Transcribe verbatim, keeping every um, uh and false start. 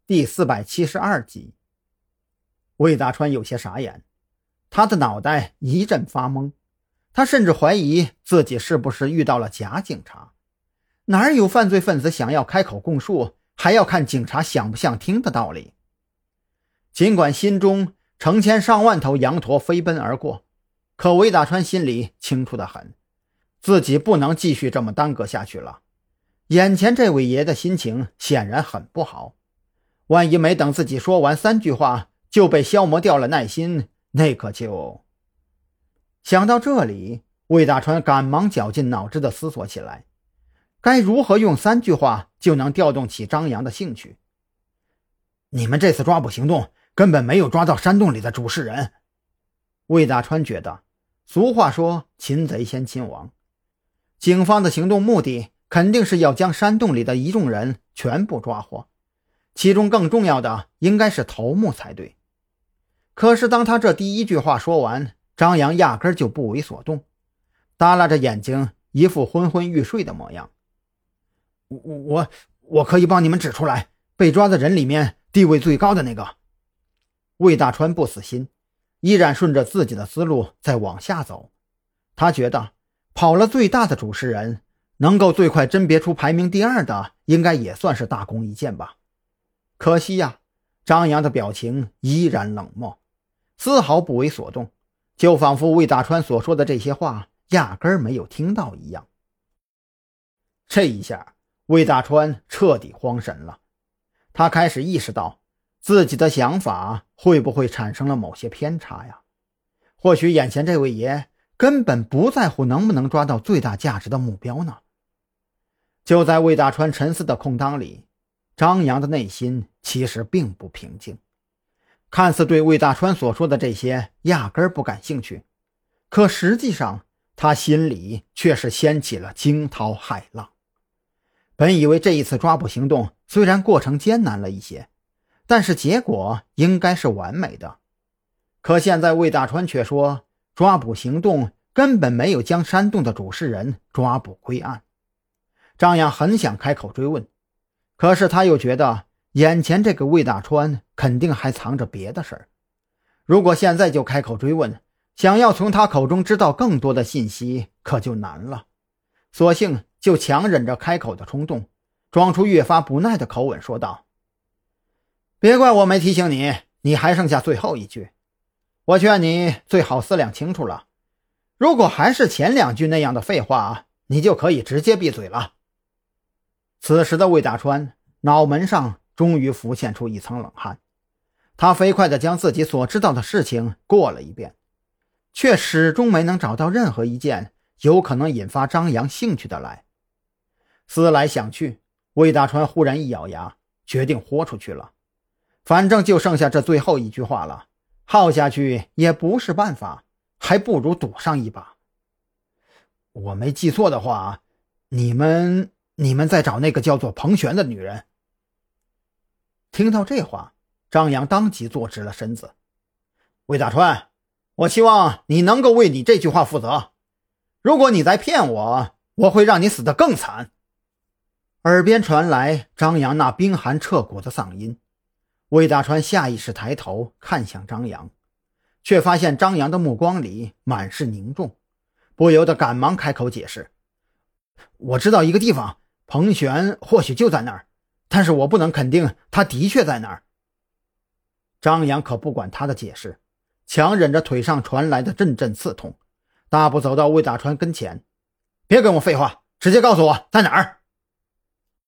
第四百七十二集。魏大川有些傻眼，他的脑袋一阵发懵，他甚至怀疑自己是不是遇到了假警察。哪有犯罪分子想要开口供述还要看警察想不想听的道理？尽管心中成千上万头羊驼飞奔而过，可魏大川心里清楚得很，自己不能继续这么耽搁下去了。眼前这位爷的心情显然很不好，万一没等自己说完三句话就被消磨掉了耐心，那可就……想到这里，魏大川赶忙绞尽脑汁地思索起来，该如何用三句话就能调动起张扬的兴趣。你们这次抓捕行动根本没有抓到山洞里的主事人。魏大川觉得，俗话说擒贼先擒王，警方的行动目的肯定是要将山洞里的一众人全部抓获，其中更重要的应该是头目才对。可是当他这第一句话说完，张扬压根就不为所动，耷拉着眼睛，一副昏昏欲睡的模样。我我我可以帮你们指出来，被抓的人里面地位最高的那个。魏大川不死心，依然顺着自己的思路再往下走。他觉得跑了最大的主事人，能够最快甄别出排名第二的，应该也算是大功一件吧。可惜呀，张扬的表情依然冷漠，丝毫不为所动，就仿佛魏大川所说的这些话压根儿没有听到一样。这一下，魏大川彻底慌神了。他开始意识到自己的想法会不会产生了某些偏差呀？或许眼前这位爷根本不在乎能不能抓到最大价值的目标呢。就在魏大川沉思的空当里，张扬的内心其实并不平静，看似对魏大川所说的这些压根儿不感兴趣，可实际上他心里却是掀起了惊涛骇浪。本以为这一次抓捕行动虽然过程艰难了一些，但是结果应该是完美的。可现在魏大川却说，抓捕行动根本没有将山洞的主事人抓捕归案。张扬很想开口追问，可是他又觉得眼前这个魏大川肯定还藏着别的事儿。如果现在就开口追问，想要从他口中知道更多的信息可就难了。索性就强忍着开口的冲动，装出越发不耐的口吻说道：别怪我没提醒你，你还剩下最后一句，我劝你最好思量清楚了，如果还是前两句那样的废话，你就可以直接闭嘴了。此时的魏大川脑门上终于浮现出一层冷汗，他飞快地将自己所知道的事情过了一遍，却始终没能找到任何一件有可能引发张扬兴趣的来。思来想去，魏大川忽然一咬牙，决定豁出去了。反正就剩下这最后一句话了，耗下去也不是办法，还不如赌上一把。我没记错的话，你们你们在找那个叫做彭璇的女人。听到这话，张扬当即坐直了身子。魏大川，我希望你能够为你这句话负责，如果你在骗我，我会让你死得更惨。耳边传来张扬那冰寒彻骨的嗓音，魏大川下意识抬头看向张扬，却发现张扬的目光里满是凝重，不由得赶忙开口解释：我知道一个地方，彭璇或许就在那儿，但是我不能肯定他的确在那儿。张扬可不管他的解释，强忍着腿上传来的阵阵刺痛，大步走到魏大川跟前：别跟我废话，直接告诉我在哪儿。